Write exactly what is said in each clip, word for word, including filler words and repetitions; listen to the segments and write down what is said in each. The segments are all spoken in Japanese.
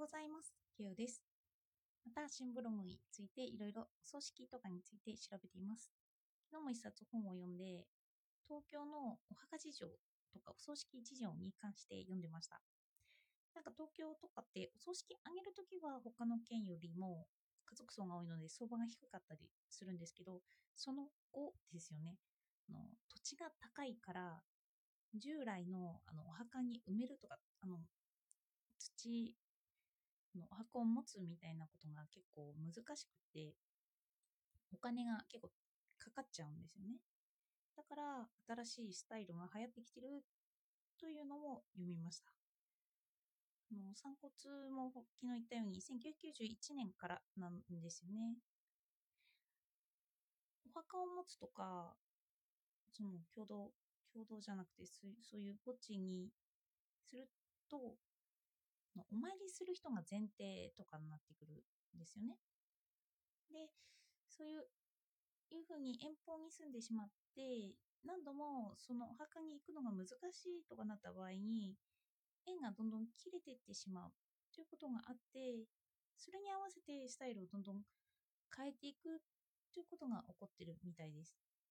ございます。ケウです。また、新ブログについていろいろお葬式とかについて調べています。昨日も一冊本を読んで、東京のお墓事情とかお葬式事情に関して読んでました。なんか東京とかってお葬式あげるときは他の県よりも家族層が多いので相場が低かったりするんですけど、その後ですよね。あの土地が高いから従来のあのお墓に埋めるとか、あの土のお墓を持つみたいなことが結構難しくて、お金が結構かかっちゃうんですよね。だから新しいスタイルが流行ってきてるというのを読みました。あの散骨も昨日言ったようにせんきゅうひゃくきゅうじゅういちねんからなんですよね。お墓を持つとか、その共同共同じゃなくてそういうそういう墓地にすると、お参りする人が前提とかになってくるんですよね。で、そういういうふうに遠方に住んでしまって何度もそのお墓に行くのが難しいとかなった場合に縁がどんどん切れていってしまうということがあって、それに合わせてスタイルをどんどん変えていくということが起こってるみたいです。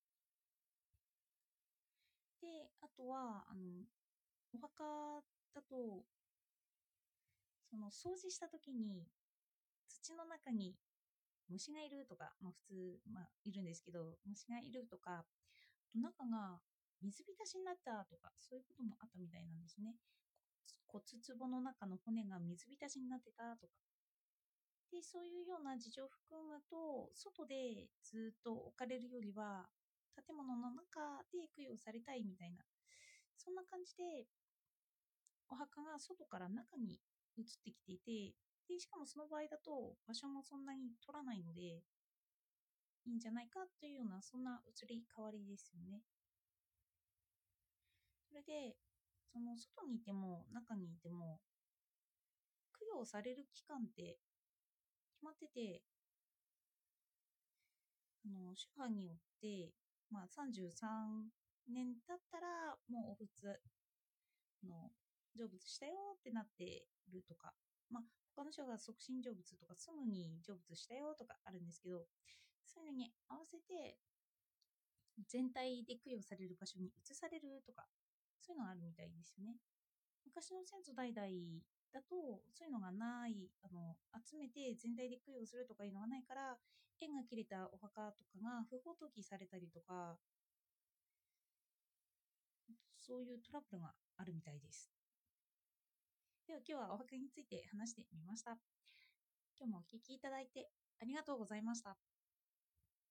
で、あとはあのお墓だとその掃除した時に土の中に虫がいるとか、まあ、普通、まあ、いるんですけど虫がいるとか、中が水浸しになったとか、そういうこともあったみたいなんですね。骨壺の中の骨が水浸しになってたとか。で、そういうような事情を含むと、外でずっと置かれるよりは、建物の中で供養されたいみたいな、そんな感じで、お墓が外から中に移ってきていて、でしかもその場合だと場所もそんなに取らないのでいいんじゃないかというような、そんな移り変わりですよね。それで、その外にいても中にいても、供養される期間って決まってて、あの宗派によって、まあ、さんじゅうさんねん経ったら、もうお仏の成仏したよってなってるとか、まあ、他の人が即身成仏とか、すぐに成仏したよとかあるんですけど、そういうのに合わせて、全体で供養される場所に移されるとか、そういうのがあるみたいですよね。昔の先祖代々だとそういうのがない、あの集めて全体で供養するとかいうのがないから、縁が切れたお墓とかが不法投棄されたりとか、そういうトラブルがあるみたいです。では今日はお墓について話してみました。今日もお聞きいただいてありがとうございました。